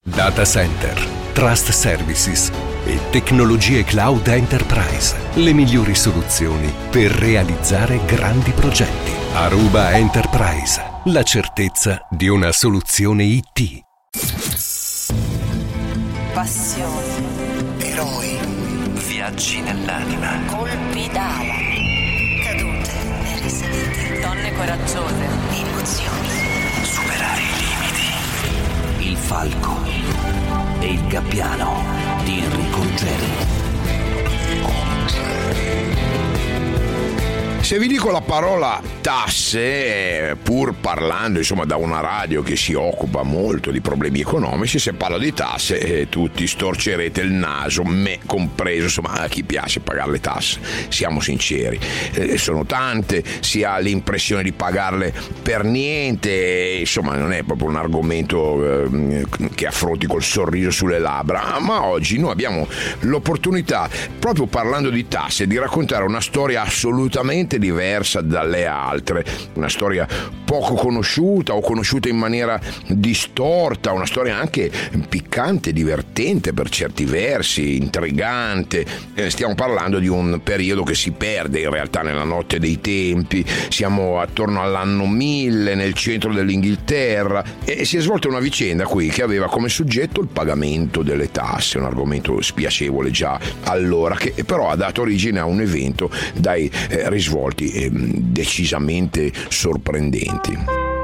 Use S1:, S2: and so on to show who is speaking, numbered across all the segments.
S1: Data center, trust services e tecnologie cloud enterprise. Le migliori soluzioni per realizzare grandi progetti. Aruba Enterprise. La certezza di una soluzione IT.
S2: Passioni,
S3: eroi, viaggi nell'anima,
S2: colpi d'ala,
S3: cadute
S2: e risalite, donne coraggiose,
S3: emozioni, superare i limiti. Il falco e il gabbiano di Enrico Ruggeri.
S4: Se vi dico la parola tasse, pur parlando insomma da una radio che si occupa molto di problemi economici, se parlo di tasse tutti storcerete il naso, me compreso, insomma a chi piace pagare le tasse, siamo sinceri, sono tante, si ha l'impressione di pagarle per niente, insomma non è proprio un argomento che affronti col sorriso sulle labbra, ma oggi noi abbiamo l'opportunità, proprio parlando di tasse, di raccontare una storia assolutamente diversa dalle altre, una storia poco conosciuta o conosciuta in maniera distorta, una storia anche piccante, divertente per certi versi, intrigante. Stiamo parlando di un periodo che si perde in realtà nella notte dei tempi, siamo attorno all'anno 1000 nel centro dell'Inghilterra e si è svolta una vicenda qui che aveva come soggetto il pagamento delle tasse, un argomento spiacevole già allora, che però ha dato origine a un evento dai risvolti decisamente sorprendenti.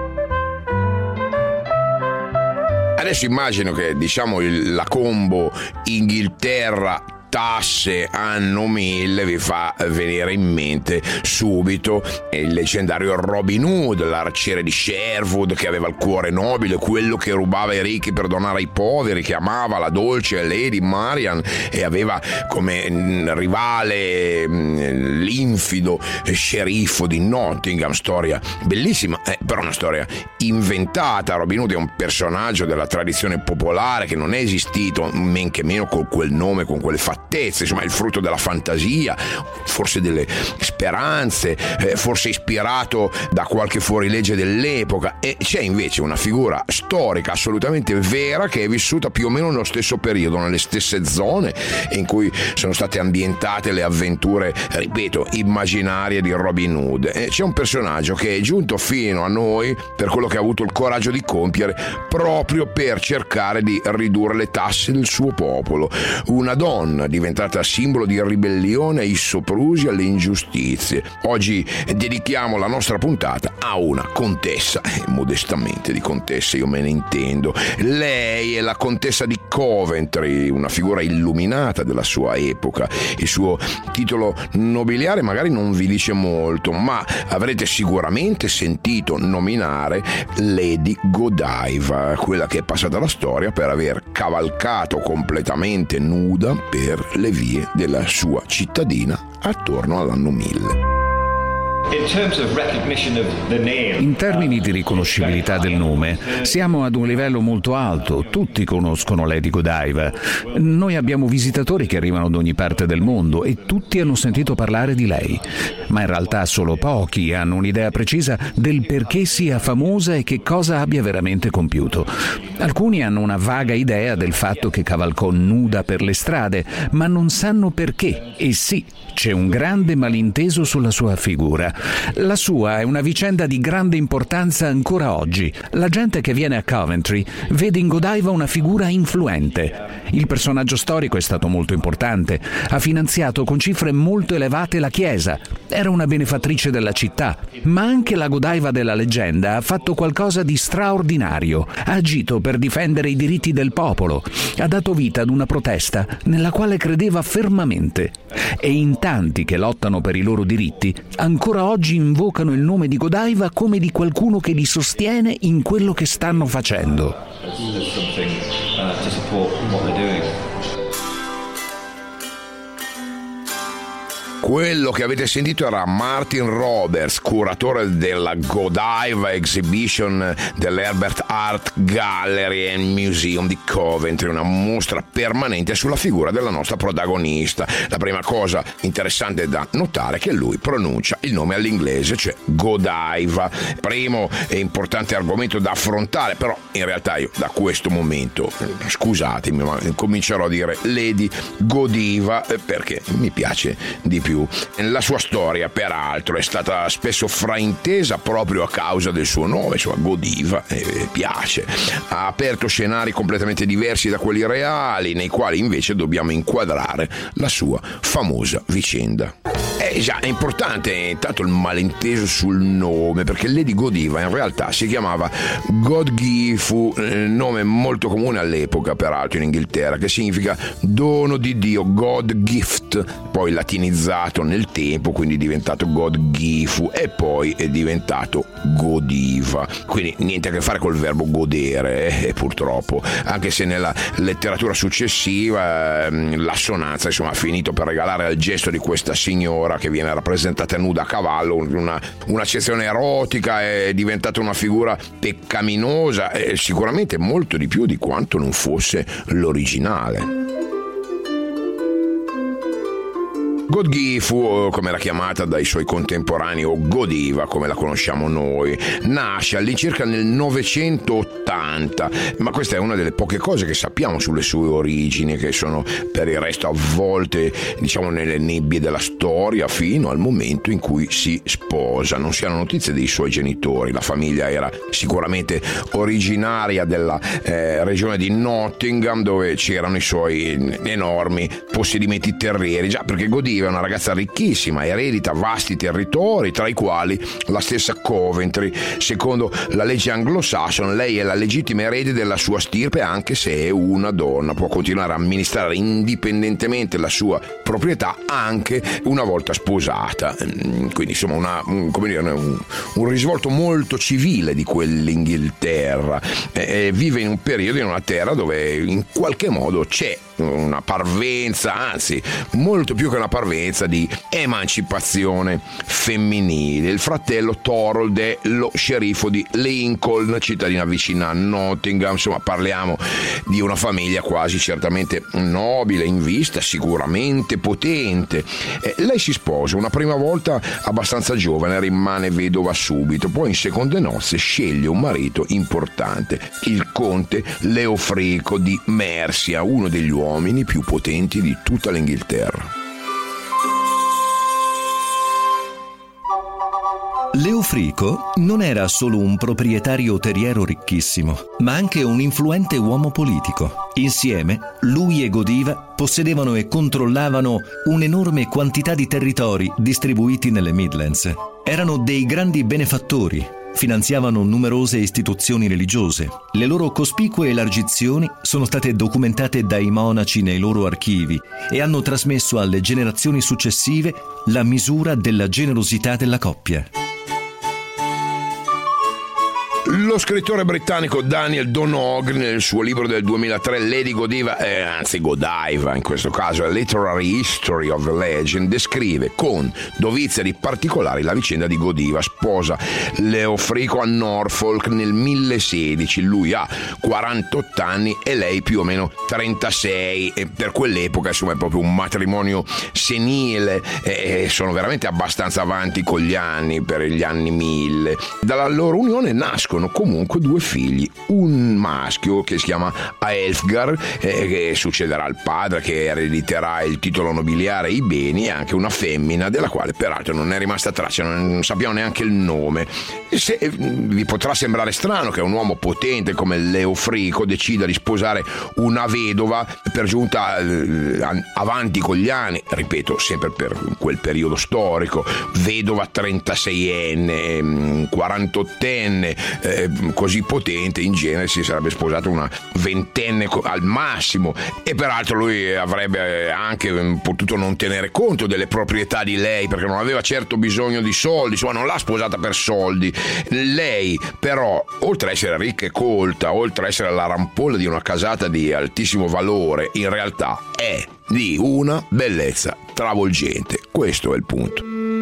S4: Adesso immagino che la combo Inghilterra tasse anno 1000 vi fa venire in mente subito il leggendario Robin Hood, l'arciere di Sherwood che aveva il cuore nobile, quello che rubava ai ricchi per donare ai poveri, che amava la dolce Lady Marian e aveva come rivale l'infido sceriffo di Nottingham. Storia bellissima, però una storia inventata. Robin Hood è un personaggio della tradizione popolare che non è esistito, men che meno con quel nome, con quelle fattezze, insomma è il frutto della fantasia, forse delle speranze, forse ispirato da qualche fuorilegge dell'epoca, e c'è invece una figura storica assolutamente vera che è vissuta più o meno nello stesso periodo, nelle stesse zone in cui sono state ambientate le avventure, ripeto, immaginarie di Robin Hood. C'è un personaggio che è giunto fino a noi per quello che ha avuto il coraggio di compiere proprio per cercare di ridurre le tasse del suo popolo, una donna diventata simbolo di ribellione ai soprusi, alle ingiustizie. Oggi dedichiamo la nostra puntata a una contessa, modestamente di contesse io me ne intendo. Lei è la contessa di Coventry, una figura illuminata della sua epoca. Il suo titolo nobiliare magari non vi dice molto, ma avrete sicuramente sentito nominare Lady Godiva, quella che è passata alla storia per aver cavalcato completamente nuda per le vie della sua cittadina attorno all'anno 1000.
S5: In termini di riconoscibilità del nome, siamo ad un livello molto alto, tutti conoscono Lady Godiva. Noi abbiamo visitatori che arrivano da ogni parte del mondo e tutti hanno sentito parlare di lei, ma in realtà solo pochi hanno un'idea precisa del perché sia famosa e che cosa abbia veramente compiuto. Alcuni hanno una vaga idea del fatto che cavalcò nuda per le strade, ma non sanno perché, e sì, c'è un grande malinteso sulla sua figura. La sua è una vicenda di grande importanza ancora oggi. La gente che viene a Coventry vede in Godiva una figura influente. Il personaggio storico è stato molto importante, ha finanziato con cifre molto elevate la chiesa, era una benefattrice della città, ma anche la Godiva della leggenda ha fatto qualcosa di straordinario, ha agito per difendere i diritti del popolo, ha dato vita ad una protesta nella quale credeva fermamente. E in tanti che lottano per i loro diritti ancora oggi invocano il nome di Godiva come di qualcuno che li sostiene in quello che stanno facendo.
S4: Quello che avete sentito era Martin Roberts, curatore della Godiva Exhibition dell'Herbert Art Gallery and Museum di Coventry, una mostra permanente sulla figura della nostra protagonista. La prima cosa interessante da notare è che lui pronuncia il nome all'inglese, cioè Godiva. Primo e importante argomento da affrontare, però in realtà io da questo momento, scusatemi, ma comincerò a dire Lady Godiva perché mi piace di più. La sua storia, peraltro, è stata spesso fraintesa proprio a causa del suo nome, insomma Godiva, piace. Ha aperto scenari completamente diversi da quelli reali, nei quali invece dobbiamo inquadrare la sua famosa vicenda. Già, è importante intanto il malinteso sul nome, perché Lady Godiva in realtà si chiamava Godgifu, nome molto comune all'epoca peraltro in Inghilterra, che significa dono di Dio, God gift, poi latinizzato nel tempo, quindi è diventato Godgifu e poi è diventato Godiva, quindi niente a che fare col verbo godere, purtroppo, anche se nella letteratura successiva l'assonanza insomma ha finito per regalare al gesto di questa signora che viene rappresentata nuda a cavallo un'accezione erotica, è diventata una figura peccaminosa, sicuramente molto di più di quanto non fosse l'originale. Godgifu, come era chiamata dai suoi contemporanei, o Godiva come la conosciamo noi, nasce all'incirca nel 980, ma questa è una delle poche cose che sappiamo sulle sue origini, che sono per il resto avvolte diciamo nelle nebbie della storia fino al momento in cui si sposa. Non si hanno notizie dei suoi genitori, la famiglia era sicuramente originaria della regione di Nottingham, dove c'erano i suoi enormi possedimenti terrieri, già perché Godiva è una ragazza ricchissima, eredita vasti territori, tra i quali la stessa Coventry. Secondo la legge anglosassone, lei è la legittima erede della sua stirpe, anche se è una donna, può continuare a amministrare indipendentemente la sua proprietà anche una volta sposata. Quindi insomma un risvolto molto civile di quell'Inghilterra. Vive in un periodo, in una terra dove in qualche modo c'è una parvenza, anzi molto più che una parvenza, di emancipazione femminile. Il fratello Thorold è lo sceriffo di Lincoln, cittadina vicina a Nottingham. Insomma, parliamo di una famiglia quasi certamente nobile, in vista, sicuramente potente. Lei si sposa una prima volta abbastanza giovane, rimane vedova subito, poi in seconde nozze sceglie un marito importante, il conte Leofrico di Mercia, uno degli uomini più potenti di tutta l'Inghilterra.
S6: Leofrico non era solo un proprietario terriero ricchissimo, ma anche un influente uomo politico. Insieme, lui e Godiva possedevano e controllavano un'enorme quantità di territori distribuiti nelle Midlands. Erano dei grandi benefattori, finanziavano numerose istituzioni religiose. Le loro cospicue elargizioni sono state documentate dai monaci nei loro archivi e hanno trasmesso alle generazioni successive la misura della generosità della coppia.
S4: Lo scrittore britannico Daniel Donoghue, nel suo libro del 2003 Lady Godiva, anzi Godiva in questo caso, A Literary History of the Legend, descrive con dovizia di particolari la vicenda di Godiva, sposa Leofrico a Norfolk nel 1016. Lui ha 48 anni e lei più o meno 36, e per quell'epoca insomma è proprio un matrimonio senile, sono veramente abbastanza avanti con gli anni, per gli anni 1000. Dalla loro unione nascono comunque due figli, un maschio che si chiama Aelfgar, che succederà al padre, che erediterà il titolo nobiliare e i beni, e anche una femmina della quale peraltro non è rimasta traccia, non sappiamo neanche il nome. Vi potrà sembrare strano che un uomo potente come Leofrico decida di sposare una vedova, per giunta avanti con gli anni, ripeto sempre per quel periodo storico, vedova 36enne, 48enne, così potente, in genere si sarebbe sposata una ventenne al massimo, e peraltro lui avrebbe anche potuto non tenere conto delle proprietà di lei, perché non aveva certo bisogno di soldi, insomma non l'ha sposata per soldi. Lei però, oltre a essere ricca e colta, oltre a essere la rampolla di una casata di altissimo valore, in realtà è di una bellezza travolgente. Questo è il punto.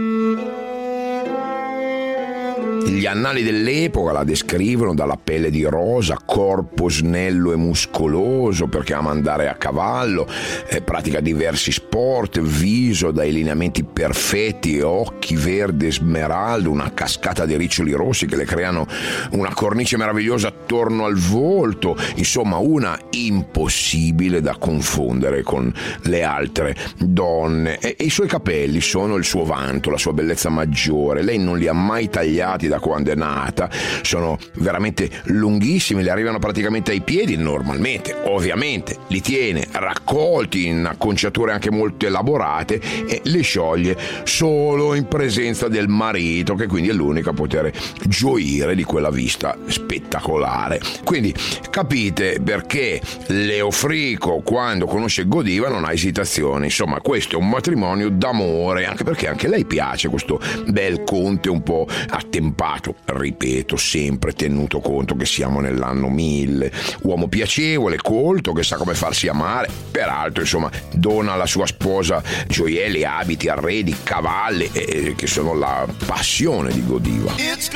S4: Gli annali dell'epoca la descrivono dalla pelle di rosa, corpo snello e muscoloso perché ama andare a cavallo, pratica diversi sport, viso dai lineamenti perfetti, occhi verde smeraldo, una cascata di riccioli rossi che le creano una cornice meravigliosa attorno al volto, insomma una impossibile da confondere con le altre donne. E i suoi capelli sono il suo vanto, la sua bellezza maggiore. Lei non li ha mai tagliati da quando è nata, sono veramente lunghissimi, le arrivano praticamente ai piedi normalmente, ovviamente li tiene raccolti in acconciature anche molto elaborate e li scioglie solo in presenza del marito, che quindi è l'unica a poter gioire di quella vista spettacolare. Quindi capite perché Leofrico, quando conosce Godiva, non ha esitazioni. Insomma, questo è un matrimonio d'amore, anche perché anche lei piace questo bel conte un po' attempato, ripeto, sempre tenuto conto che siamo nell'anno 1000, uomo piacevole, colto, che sa come farsi amare. Peraltro, insomma, dona alla sua sposa gioielli, abiti, arredi, cavalli, che sono la passione di Godiva.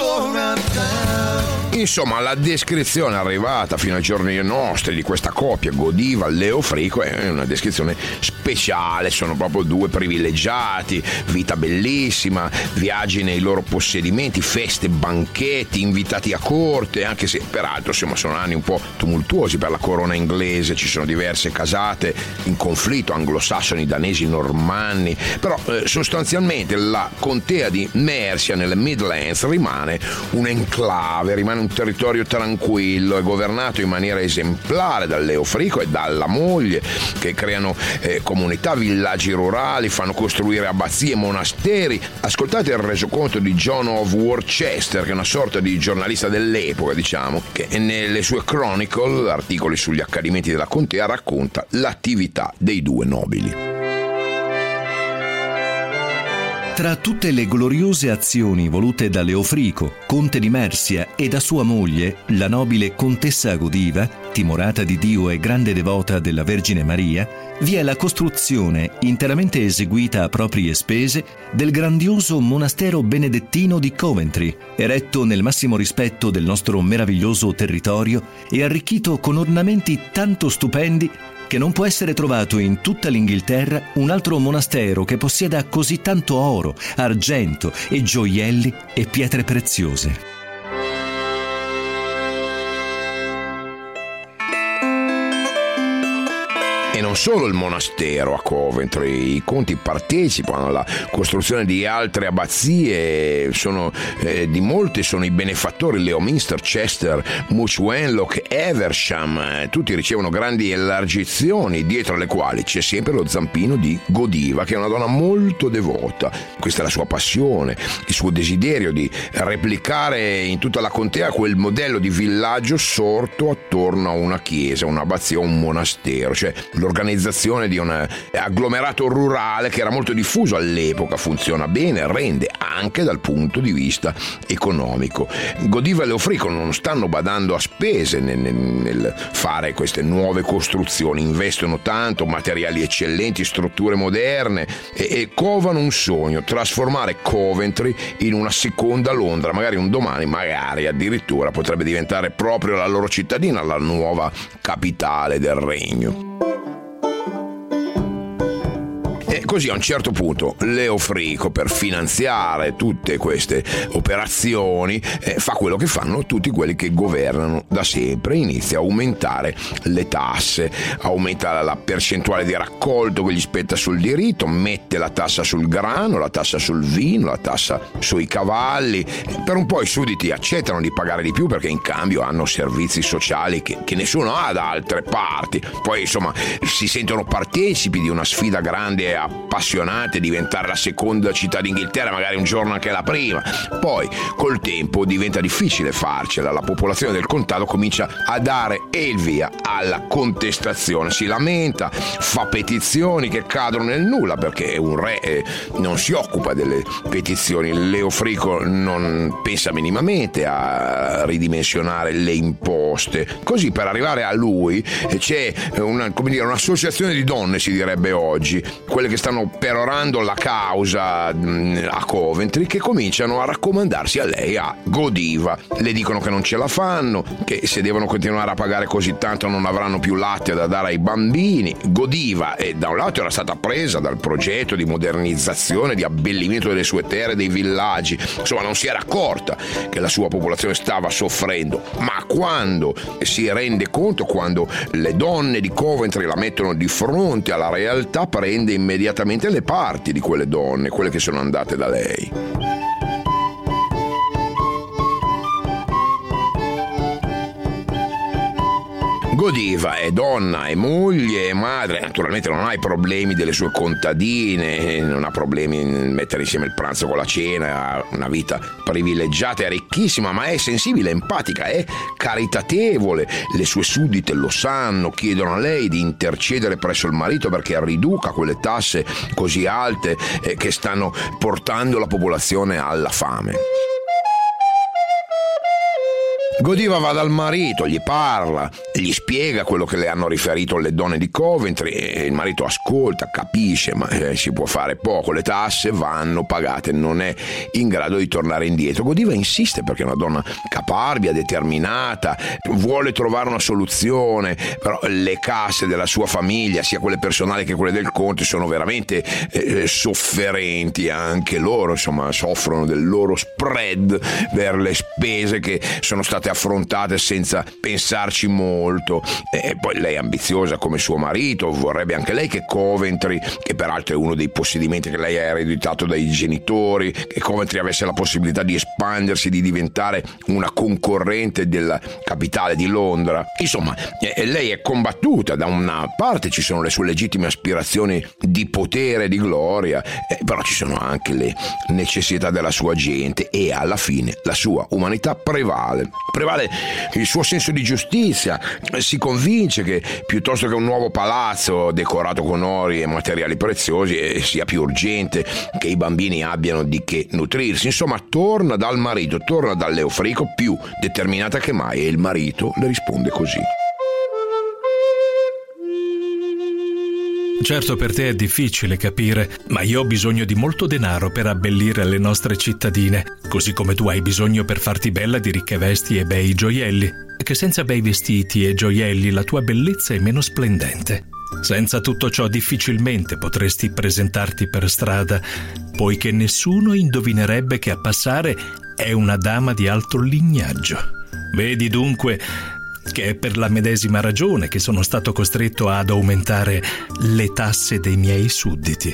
S4: Insomma, la descrizione arrivata fino ai giorni nostri di questa coppia Godiva-Leofrico è una descrizione speciale. Sono proprio due privilegiati, vita bellissima, viaggi nei loro possedimenti, feste, banchetti, invitati a corte, anche se peraltro insomma sono anni un po' tumultuosi per la corona inglese, ci sono diverse casate in conflitto, anglosassoni, danesi, normanni, però sostanzialmente la contea di Mercia nelle Midlands rimane un enclave, rimane un territorio tranquillo e governato in maniera esemplare da Leofrico e dalla moglie, che creano comunità, villaggi rurali, fanno costruire abbazie, monasteri. Ascoltate il resoconto di John of Worcester, che è una sorta di giornalista dell'epoca, diciamo, che nelle sue Chronicle, articoli sugli accadimenti della contea, racconta l'attività dei due nobili.
S6: Tra tutte le gloriose azioni volute da Leofrico, conte di Mercia, e da sua moglie, la nobile contessa Godiva, timorata di Dio e grande devota della Vergine Maria, vi è la costruzione, interamente eseguita a proprie spese, del grandioso monastero benedettino di Coventry, eretto nel massimo rispetto del nostro meraviglioso territorio e arricchito con ornamenti tanto stupendi che non può essere trovato in tutta l'Inghilterra un altro monastero che possieda così tanto oro, argento e gioielli e pietre preziose.
S4: E non solo il monastero a Coventry, i conti partecipano alla costruzione di altre abbazie, sono di molte sono i benefattori: Leominster, Chester, Much Wenlock, Eversham, tutti ricevono grandi elargizioni, dietro alle quali c'è sempre lo zampino di Godiva, che è una donna molto devota. Questa è la sua passione, il suo desiderio di replicare in tutta la contea quel modello di villaggio sorto attorno a una chiesa, un'abbazia o un monastero, cioè l'organizzazione di un agglomerato rurale che era molto diffuso all'epoca. Funziona bene, rende anche dal punto di vista economico. Godiva e Leofrico non stanno badando a spese nel fare queste nuove costruzioni, investono tanto, materiali eccellenti, strutture moderne e covano un sogno: trasformare Coventry in una seconda Londra. Magari un domani, magari addirittura potrebbe diventare proprio la loro cittadina, la nuova capitale del regno. E così a un certo punto Leofrico, per finanziare tutte queste operazioni, fa quello che fanno tutti quelli che governano da sempre: inizia a aumentare le tasse, aumenta la percentuale di raccolto che gli spetta sul diritto, mette la tassa sul grano, la tassa sul vino, la tassa sui cavalli. Per un po' i sudditi accettano di pagare di più perché in cambio hanno servizi sociali che nessuno ha da altre parti. Poi insomma si sentono partecipi di una sfida grande a appassionante, diventare la seconda città d'Inghilterra, magari un giorno anche la prima. Poi col tempo diventa difficile farcela, la popolazione del contado comincia a dare il via alla contestazione, si lamenta, fa petizioni che cadono nel nulla perché un re non si occupa delle petizioni. Leofrico non pensa minimamente a ridimensionare le imposte. Così, per arrivare a lui c'è un'associazione di donne, si direbbe oggi, quelle che stanno perorando la causa a Coventry, che cominciano a raccomandarsi a lei, a Godiva. Le dicono che non ce la fanno, che se devono continuare a pagare così tanto non avranno più latte da dare ai bambini. Godiva, da un lato, era stata presa dal progetto di modernizzazione, di abbellimento delle sue terre, dei villaggi, insomma non si era accorta che la sua popolazione stava soffrendo, ma quando si rende conto, quando le donne di Coventry la mettono di fronte alla realtà, prende immediatamente le parti di quelle donne, quelle che sono andate da lei. Godiva è donna, è moglie, è madre, naturalmente non ha i problemi delle sue contadine, non ha problemi nel mettere insieme il pranzo con la cena, ha una vita privilegiata, è ricchissima, ma è sensibile, empatica, è caritatevole. Le sue suddite lo sanno, chiedono a lei di intercedere presso il marito perché riduca quelle tasse così alte che stanno portando la popolazione alla fame. Godiva va dal marito, gli parla, gli spiega quello che le hanno riferito le donne di Coventry e il marito ascolta, capisce, ma si può fare poco, le tasse vanno pagate, non è in grado di tornare indietro. Godiva insiste perché è una donna caparbia, determinata, vuole trovare una soluzione, però le casse della sua famiglia, sia quelle personali che quelle del conte, sono veramente sofferenti anche loro, insomma soffrono del loro spread per le spese che sono state affrontate senza pensarci molto. E poi lei è ambiziosa come suo marito, vorrebbe anche lei che Coventry, che peraltro è uno dei possedimenti che lei ha ereditato dai genitori, che Coventry avesse la possibilità di espandersi, di diventare una concorrente della capitale di Londra. Insomma, lei è combattuta. Da una parte ci sono le sue legittime aspirazioni di potere, di gloria, però ci sono anche le necessità della sua gente e alla fine la sua umanità prevale il suo senso di giustizia. Si convince che piuttosto che un nuovo palazzo decorato con ori e materiali preziosi sia più urgente che i bambini abbiano di che nutrirsi. Insomma, torna dal marito, torna dal Leofrico più determinata che mai, e il marito le risponde così:
S7: certo, per te è difficile capire, ma io ho bisogno di molto denaro per abbellire le nostre cittadine, così come tu hai bisogno per farti bella di ricche vesti e bei gioielli, che senza bei vestiti e gioielli la tua bellezza è meno splendente. Senza tutto ciò difficilmente potresti presentarti per strada, poiché nessuno indovinerebbe che a passare è una dama di alto lignaggio. Vedi dunque che è per la medesima ragione che sono stato costretto ad aumentare le tasse dei miei sudditi.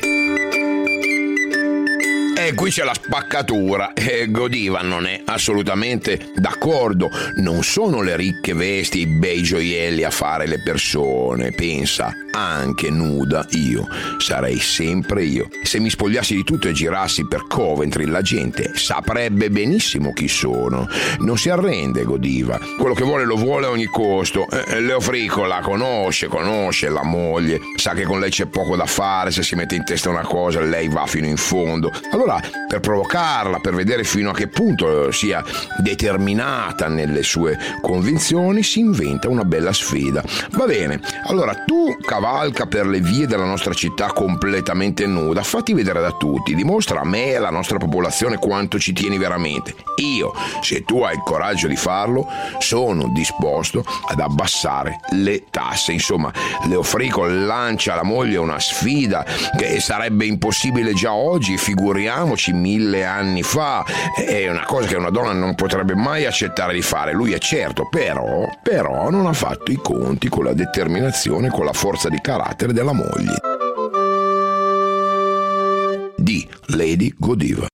S4: E qui c'è la spaccatura. Godiva non è assolutamente d'accordo. Non sono le ricche vesti, i bei gioielli a fare le persone. Pensa, anche nuda io sarei sempre io. Se mi spogliassi di tutto e girassi per Coventry, la gente saprebbe benissimo chi sono. Non si arrende Godiva. Quello che vuole lo vuole a ogni costo. Leofrico la conosce la moglie, sa che con lei c'è poco da fare. Se si mette in testa una cosa, lei va fino in fondo. Allora, per provocarla, per vedere fino a che punto sia determinata nelle sue convinzioni, si inventa una bella sfida. Va bene, allora tu cavalca per le vie della nostra città completamente nuda, fatti vedere da tutti, dimostra a me e alla nostra popolazione quanto ci tieni veramente. Io, se tu hai il coraggio di farlo, sono disposto ad abbassare le tasse. Insomma, Leofrico lancia alla moglie una sfida che sarebbe impossibile già oggi, figuriamoci 1000 anni fa. È una cosa che una donna non potrebbe mai accettare di fare. Lui è certo, però non ha fatto i conti con la determinazione, con la forza di carattere della moglie di Lady Godiva.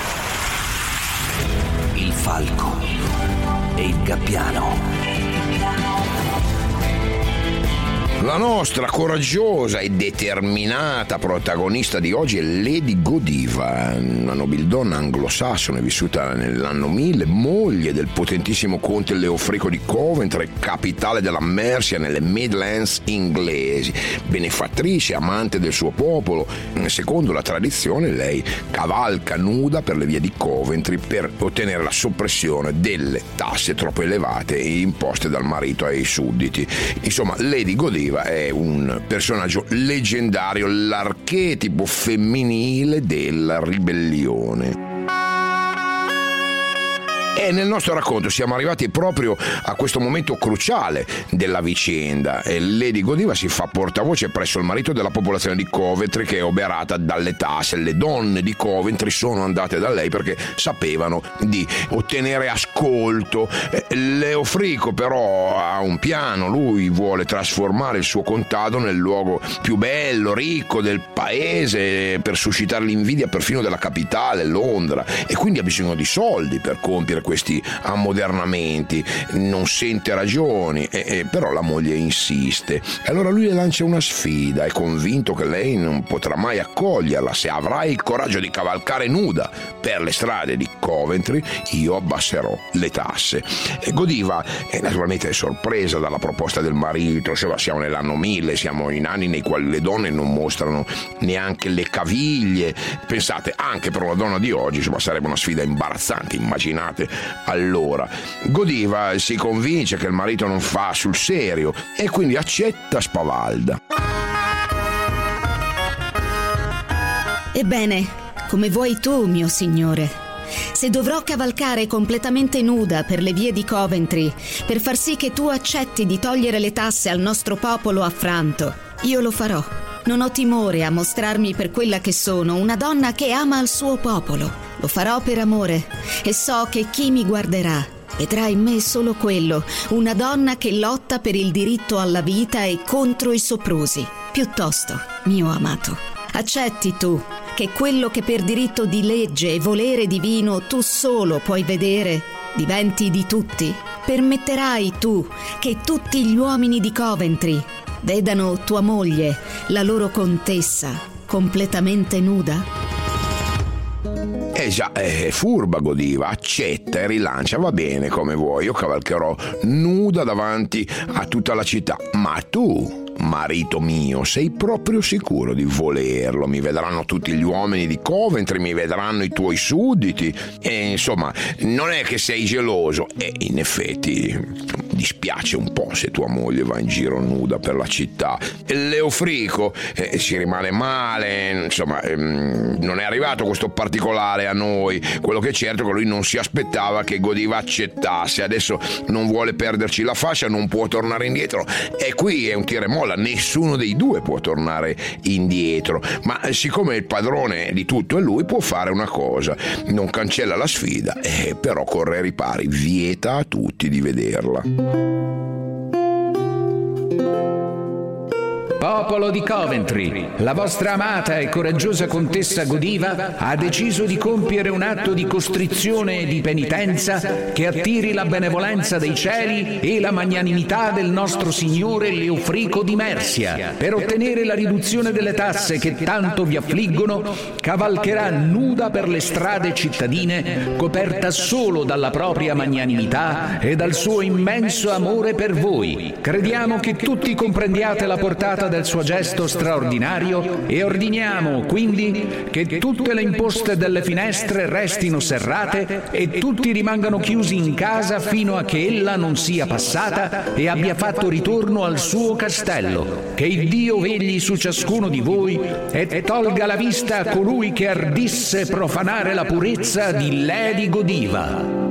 S3: Il falco e il gabbiano.
S4: La nostra coraggiosa e determinata protagonista di oggi è Lady Godiva, una nobildonna anglosassone vissuta nell'anno 1000, moglie del potentissimo conte Leofrico di Coventry, capitale della Mercia nelle Midlands inglesi, benefattrice, amante del suo popolo. Secondo la tradizione lei cavalca nuda per le vie di Coventry per ottenere la soppressione delle tasse troppo elevate imposte dal marito ai sudditi. Insomma, Lady Godiva è un personaggio leggendario, l'archetipo femminile della ribellione. E nel nostro racconto siamo arrivati proprio a questo momento cruciale della vicenda. E Lady Godiva si fa portavoce presso il marito della popolazione di Coventry, che è oberata dalle tasse. Le donne di Coventry sono andate da lei perché sapevano di ottenere ascolto. Leofrico però ha un piano: lui vuole trasformare il suo contado nel luogo più bello, ricco del paese, per suscitare l'invidia perfino della capitale, Londra, e quindi ha bisogno di soldi per compiere questi ammodernamenti. Non sente ragioni, però la moglie insiste. E allora lui le lancia una sfida, è convinto che lei non potrà mai accoglierla. Se avrai il coraggio di cavalcare nuda per le strade di Coventry, io abbasserò le tasse. E Godiva è naturalmente sorpresa dalla proposta del marito. Insomma, siamo nell'anno 1000, siamo in anni nei quali le donne non mostrano neanche le caviglie. Pensate, anche per una donna di oggi, insomma, sarebbe una sfida imbarazzante, immaginate. Allora Godiva si convince che il marito non fa sul serio e quindi accetta spavalda.
S8: Ebbene, come vuoi tu, mio signore. Se dovrò cavalcare completamente nuda per le vie di Coventry per far sì che tu accetti di togliere le tasse al nostro popolo affranto, io lo farò. Non ho timore a mostrarmi per quella che sono, una donna che ama il suo popolo. Lo farò per amore e so che chi mi guarderà vedrà in me solo quello, una donna che lotta per il diritto alla vita e contro i soprusi. Piuttosto, mio amato, accetti tu che quello che per diritto di legge e volere divino tu solo puoi vedere diventi di tutti? Permetterai tu che tutti gli uomini di Coventry vedano tua moglie, la loro contessa, completamente nuda?
S4: Già, è furba Godiva, accetta e rilancia. Va bene, come vuoi, io cavalcherò nuda davanti a tutta la città. Ma tu, marito mio, sei proprio sicuro di volerlo? Mi vedranno tutti gli uomini di Coventry, mi vedranno i tuoi sudditi, e insomma, non è che sei geloso. E in effetti dispiace un po' se tua moglie va in giro nuda per la città. Leofrico ci rimane male, insomma, non è arrivato questo particolare a noi. Quello che è certo è che lui non si aspettava che Godiva accettasse. Adesso non vuole perderci la fascia, non può tornare indietro, e qui è un tira e molla, nessuno dei due può tornare indietro. Ma siccome il padrone di tutto è lui, può fare una cosa: non cancella la sfida, però corre ai ripari, vieta a tutti di vederla.
S5: Popolo di Coventry, la vostra amata e coraggiosa contessa Godiva ha deciso di compiere un atto di costrizione e di penitenza che attiri la benevolenza dei cieli e la magnanimità del nostro signore Leofrico di Mercia. Per ottenere la riduzione delle tasse che tanto vi affliggono, cavalcherà nuda per le strade cittadine, coperta solo dalla propria magnanimità e dal suo immenso amore per voi. Crediamo che tutti comprendiate la portata del suo gesto straordinario e ordiniamo quindi che tutte le imposte delle finestre restino serrate e tutti rimangano chiusi in casa fino a che ella non sia passata e abbia fatto ritorno al suo castello. Che il Dio vegli su ciascuno di voi e tolga la vista a colui che ardisse profanare la purezza di Lady Godiva.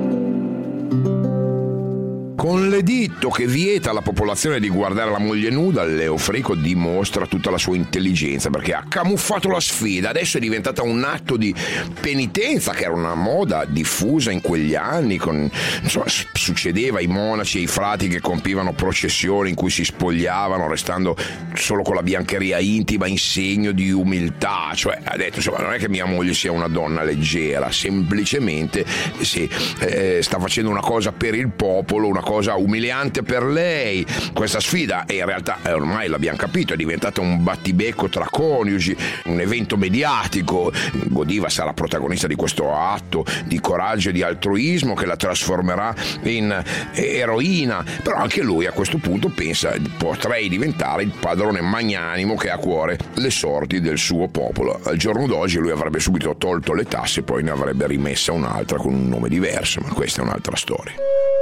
S4: Con l'editto che vieta alla popolazione di guardare la moglie nuda, Leofrico dimostra tutta la sua intelligenza, perché ha camuffato la sfida. Adesso è diventata un atto di penitenza, che era una moda diffusa in quegli anni. Succedeva ai monaci e ai frati che compivano processioni in cui si spogliavano restando solo con la biancheria intima in segno di umiltà. Cioè, ha detto, insomma, non è che mia moglie sia una donna leggera, semplicemente sta facendo una cosa per il popolo, una cosa cosa umiliante per lei. Questa sfida, e in realtà ormai l'abbiamo capito, è diventata un battibecco tra coniugi, un evento mediatico. Godiva sarà protagonista di questo atto di coraggio e di altruismo che la trasformerà in eroina, però anche lui a questo punto pensa: potrei diventare il padrone magnanimo che ha a cuore le sorti del suo popolo. Al giorno d'oggi lui avrebbe subito tolto le tasse e poi ne avrebbe rimessa un'altra con un nome diverso, ma questa è un'altra storia.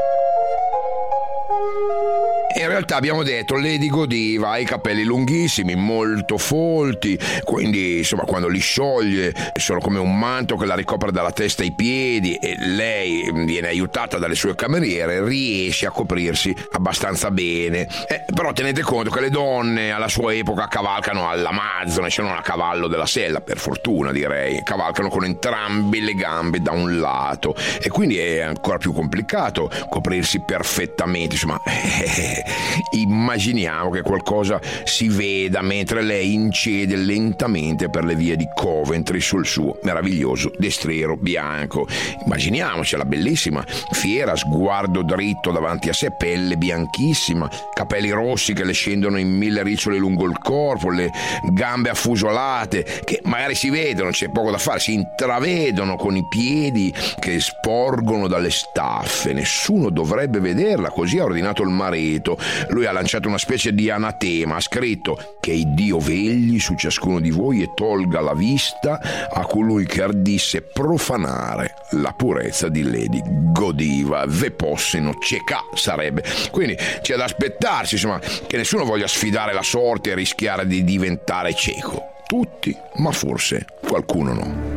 S4: In realtà abbiamo detto Lady Godiva ha i capelli lunghissimi, molto folti, quindi insomma quando li scioglie sono come un manto che la ricopre dalla testa ai piedi, e lei viene aiutata dalle sue cameriere, riesce a coprirsi abbastanza bene. Però tenete conto che le donne alla sua epoca cavalcano all'Amazzone, cioè non a cavallo della sella, per fortuna direi, cavalcano con entrambe le gambe da un lato, e quindi è ancora più complicato coprirsi perfettamente. Insomma, immaginiamo che qualcosa si veda mentre lei incede lentamente per le vie di Coventry sul suo meraviglioso destriero bianco. Immaginiamocela bellissima, fiera, sguardo dritto davanti a sé, pelle bianchissima, capelli rossi che le scendono in 1000 ricciole lungo il corpo, le gambe affusolate che magari si vedono, c'è poco da fare, si intravedono con i piedi che sporgono dalle staffe. Nessuno dovrebbe vederla, così ha ordinato il marito. Lui ha lanciato una specie di anatema, ha scritto: che Iddio vegli su ciascuno di voi e tolga la vista a colui che ardisse profanare la purezza di Lady Godiva. Ve possino cieca sarebbe. Quindi c'è da aspettarsi, insomma, che nessuno voglia sfidare la sorte e rischiare di diventare cieco. Tutti, ma forse qualcuno no.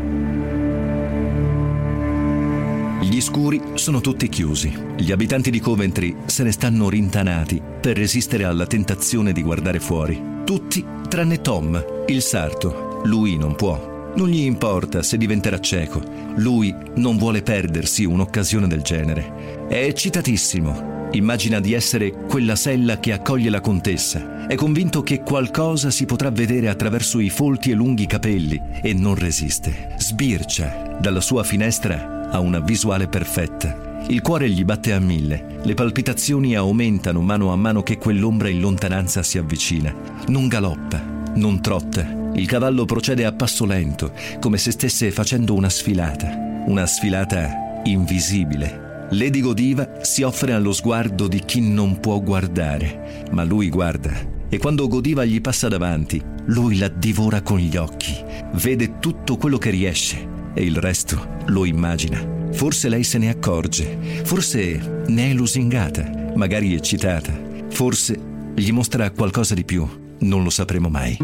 S6: Gli scuri sono tutti chiusi. Gli abitanti di Coventry se ne stanno rintanati per resistere alla tentazione di guardare fuori. Tutti tranne Tom, il sarto. Lui non può. Non gli importa se diventerà cieco. Lui non vuole perdersi un'occasione del genere. È eccitatissimo. Immagina di essere quella sella che accoglie la contessa. È convinto che qualcosa si potrà vedere attraverso i folti e lunghi capelli e non resiste. Sbircia dalla sua finestra a una visuale perfetta. Il cuore gli batte a 1000, le palpitazioni aumentano mano a mano che quell'ombra in lontananza si avvicina. Non galoppa, non trotta, il cavallo procede a passo lento, come se stesse facendo una sfilata invisibile. Lady Godiva si offre allo sguardo di chi non può guardare, ma lui guarda, e quando Godiva gli passa davanti, lui la divora con gli occhi, vede tutto quello che riesce, e il resto lo immagina. Forse lei se ne accorge, forse ne è lusingata, magari eccitata, forse gli mostra qualcosa di più, non lo sapremo mai.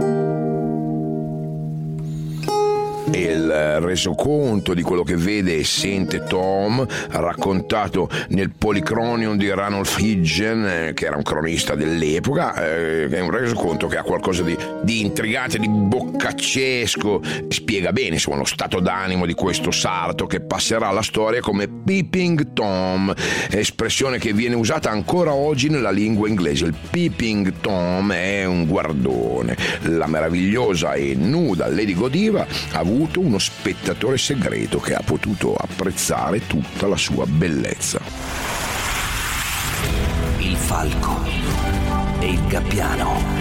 S4: Il resoconto di quello che vede e sente Tom, raccontato nel Polychronion di Ranulph Hidgen, che era un cronista dell'epoca, è un resoconto che ha qualcosa di intrigante, di boccaccesco, spiega bene insomma lo stato d'animo di questo sarto che passerà alla storia come Peeping Tom, espressione che viene usata ancora oggi nella lingua inglese. Il Peeping Tom è un guardone. La meravigliosa e nuda Lady Godiva ha avuto uno spettatore segreto che ha potuto apprezzare tutta la sua bellezza.
S3: Il falco e il gabbiano.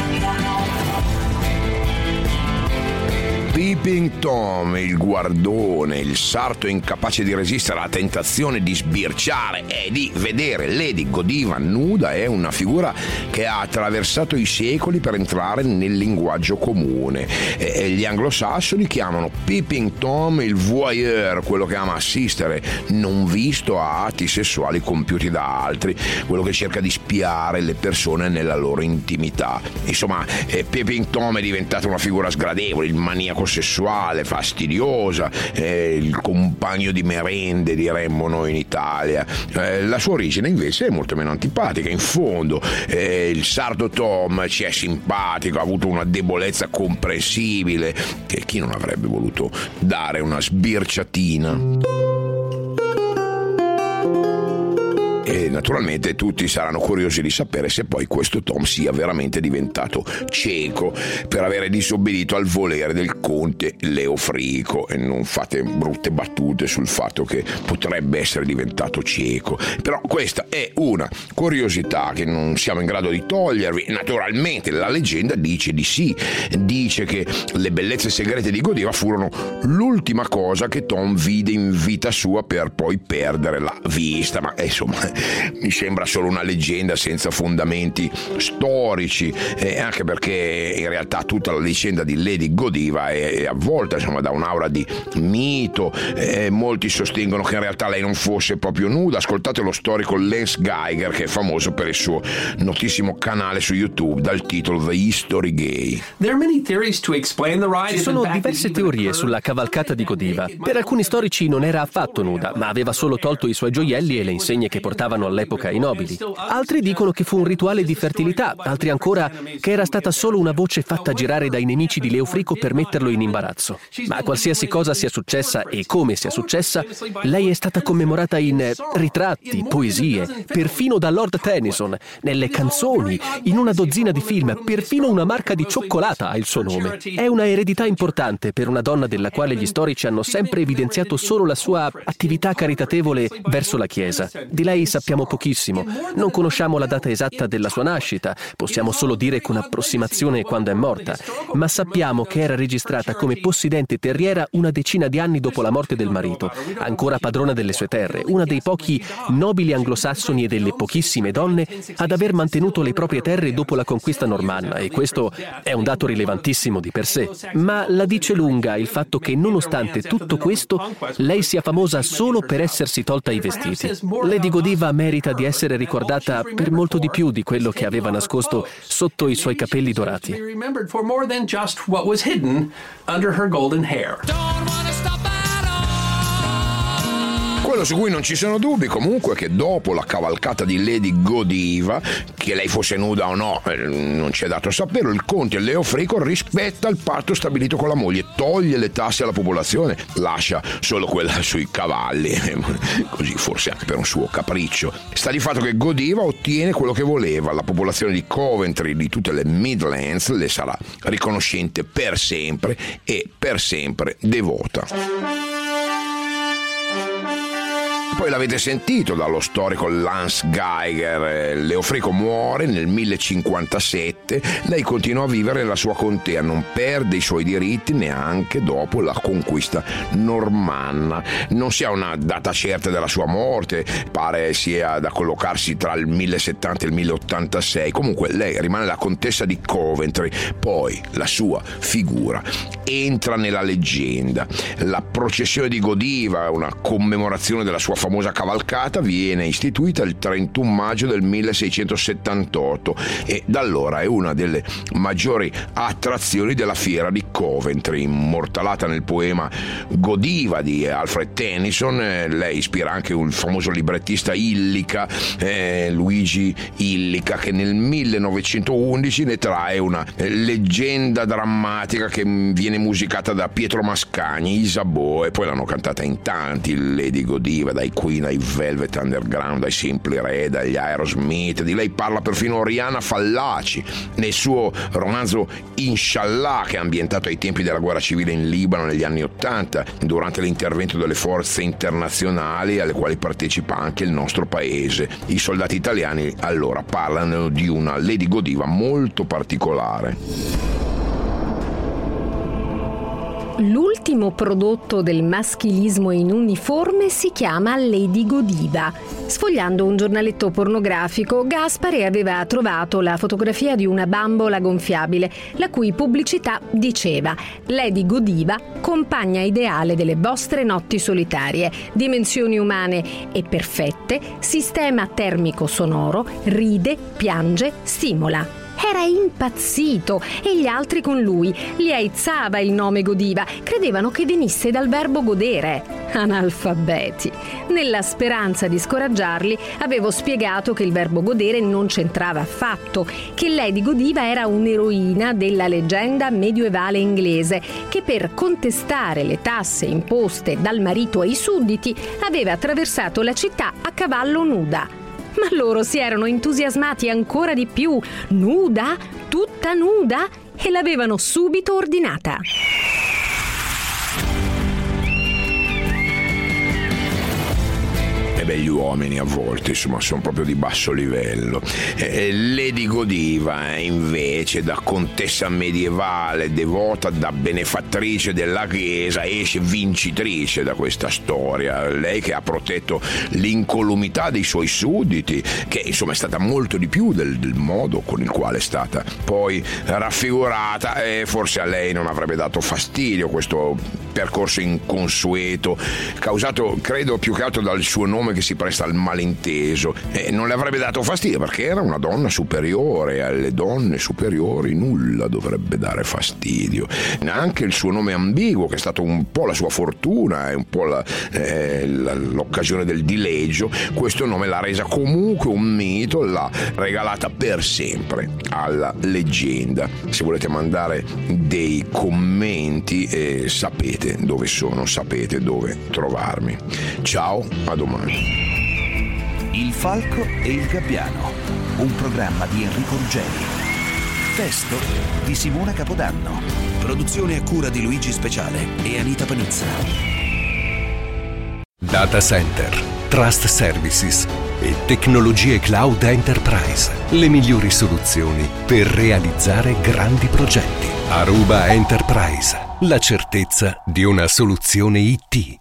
S4: Peeping Tom, il guardone, il sarto incapace di resistere alla tentazione di sbirciare e di vedere Lady Godiva nuda, è una figura che ha attraversato i secoli per entrare nel linguaggio comune. Gli anglosassoni chiamano Peeping Tom il voyeur, quello che ama assistere non visto a atti sessuali compiuti da altri, quello che cerca di spiare le persone nella loro intimità. Insomma, Peeping Tom è diventato una figura sgradevole, il maniaco sessuale, fastidiosa, il compagno di merende, diremmo noi in Italia. La sua origine invece è molto meno antipatica. In fondo il sardo Tom ci è simpatico, ha avuto una debolezza comprensibile che chi non avrebbe voluto dare una sbirciatina. E naturalmente tutti saranno curiosi di sapere se poi questo Tom sia veramente diventato cieco per avere disobbedito al volere del conte Leofrico, e non fate brutte battute sul fatto che potrebbe essere diventato cieco. Però questa è una curiosità che non siamo in grado di togliervi. Naturalmente la leggenda dice di sì, dice che le bellezze segrete di Godiva furono l'ultima cosa che Tom vide in vita sua per poi perdere la vista, ma insomma mi sembra solo una leggenda senza fondamenti storici, anche perché in realtà tutta la vicenda di Lady Godiva è avvolta insomma da un'aura di mito. Molti sostengono che in realtà lei non fosse proprio nuda. Ascoltate lo storico Lance Geiger, che è famoso per il suo notissimo canale su YouTube dal titolo The History Gay.
S9: Ci sono diverse teorie sulla cavalcata di Godiva. Per alcuni storici non era affatto nuda, ma aveva solo tolto i suoi gioielli e le insegne che portavano all'epoca i nobili. Altri dicono che fu un rituale di fertilità, altri ancora che era stata solo una voce fatta girare dai nemici di Leofrico per metterlo in imbarazzo. Ma qualsiasi cosa sia successa e come sia successa, lei è stata commemorata in ritratti, poesie, perfino da Lord Tennyson, nelle canzoni, in una dozzina di film, perfino una marca di cioccolata ha il suo nome. È una eredità importante per una donna della quale gli storici hanno sempre evidenziato solo la sua attività caritatevole verso la Chiesa. Di lei sappiamo pochissimo, non conosciamo la data esatta della sua nascita, possiamo solo dire con approssimazione quando è morta, ma sappiamo che era registrata come possidente terriera una decina di anni dopo la morte del marito, ancora padrona delle sue terre, una dei pochi nobili anglosassoni e delle pochissime donne ad aver mantenuto le proprie terre dopo la conquista normanna, e questo è un dato rilevantissimo di per sé. Ma la dice lunga il fatto che nonostante tutto questo lei sia famosa solo per essersi tolta i vestiti. Lady Godiva merita di essere ricordata per molto di più di quello che aveva nascosto sotto i suoi capelli dorati.
S4: Quello su cui non ci sono dubbi comunque è che dopo la cavalcata di Lady Godiva, che lei fosse nuda o no non ci è dato saperlo, il conte Leofrico rispetta il patto stabilito con la moglie, toglie le tasse alla popolazione, lascia solo quella sui cavalli, così forse anche per un suo capriccio. Sta di fatto che Godiva ottiene quello che voleva, la popolazione di Coventry, di tutte le Midlands, le sarà riconoscente per sempre e per sempre devota. Poi l'avete sentito dallo storico Lance Geiger, Leofrico muore nel 1057, lei continua a vivere nella sua contea, non perde i suoi diritti neanche dopo la conquista normanna. Non si ha una data certa della sua morte, pare sia da collocarsi tra il 1070 e il 1086, comunque lei rimane la contessa di Coventry. Poi la sua figura entra nella leggenda. La processione di Godiva, una commemorazione della sua famosa cavalcata, viene istituita il 31 maggio del 1678 e da allora è una delle maggiori attrazioni della fiera di Coventry. Immortalata nel poema Godiva di Alfred Tennyson, lei ispira anche un famoso librettista Illica, Luigi Illica, che nel 1911 ne trae una leggenda drammatica che viene musicata da Pietro Mascagni, Isabeau, e poi l'hanno cantata in tanti, Lady Godiva, dai Queen ai Velvet Underground, ai Simply Red, agli Aerosmith. Di lei parla perfino Oriana Fallaci nel suo romanzo Inshallah, che è ambientato ai tempi della guerra civile in Libano negli anni '80, durante l'intervento delle forze internazionali alle quali partecipa anche il nostro paese. I soldati italiani allora parlano di una Lady Godiva molto particolare.
S10: L'ultimo prodotto del maschilismo in uniforme si chiama Lady Godiva. Sfogliando un giornaletto pornografico, Gaspare aveva trovato la fotografia di una bambola gonfiabile, la cui pubblicità diceva: Lady Godiva, compagna ideale delle vostre notti solitarie, dimensioni umane e perfette, sistema termico sonoro, ride, piange, stimola. Era impazzito e gli altri con lui. Li aizzava il nome Godiva, credevano che venisse dal verbo godere. Analfabeti. Nella speranza di scoraggiarli, avevo spiegato che il verbo godere non c'entrava affatto, che Lady Godiva era un'eroina della leggenda medievale inglese che per contestare le tasse imposte dal marito ai sudditi aveva attraversato la città a cavallo nuda. Ma loro si erano entusiasmati ancora di più. Nuda, tutta nuda, e l'avevano subito ordinata.
S4: E beh, gli uomini a volte, insomma, sono proprio di basso livello. Lady Godiva, invece, da contessa medievale, devota, da benefattrice della Chiesa, esce vincitrice da questa storia. Lei che ha protetto l'incolumità dei suoi sudditi, che insomma è stata molto di più del modo con il quale è stata poi raffigurata, e forse a lei non avrebbe dato fastidio questo percorso inconsueto, causato credo più che altro dal suo nome che si presta al malinteso, e non le avrebbe dato fastidio perché era una donna superiore. Alle donne superiori nulla dovrebbe dare fastidio, neanche il suo nome ambiguo, che è stato un po' la sua fortuna e un po' l'occasione del dileggio. Questo nome l'ha resa comunque un mito, l'ha regalata per sempre alla leggenda. Se volete mandare dei commenti, sapete dove sono, sapete dove trovarmi. Ciao, a domani.
S3: Il Falco e il Gabbiano, un programma di Enrico Ruggeri. Testo di Simona Capodanno. Produzione a cura di Luigi Speciale e Anita Panizza.
S1: Data Center, Trust Services e tecnologie cloud enterprise. Le migliori soluzioni per realizzare grandi progetti. Aruba Enterprise, la certezza di una soluzione IT.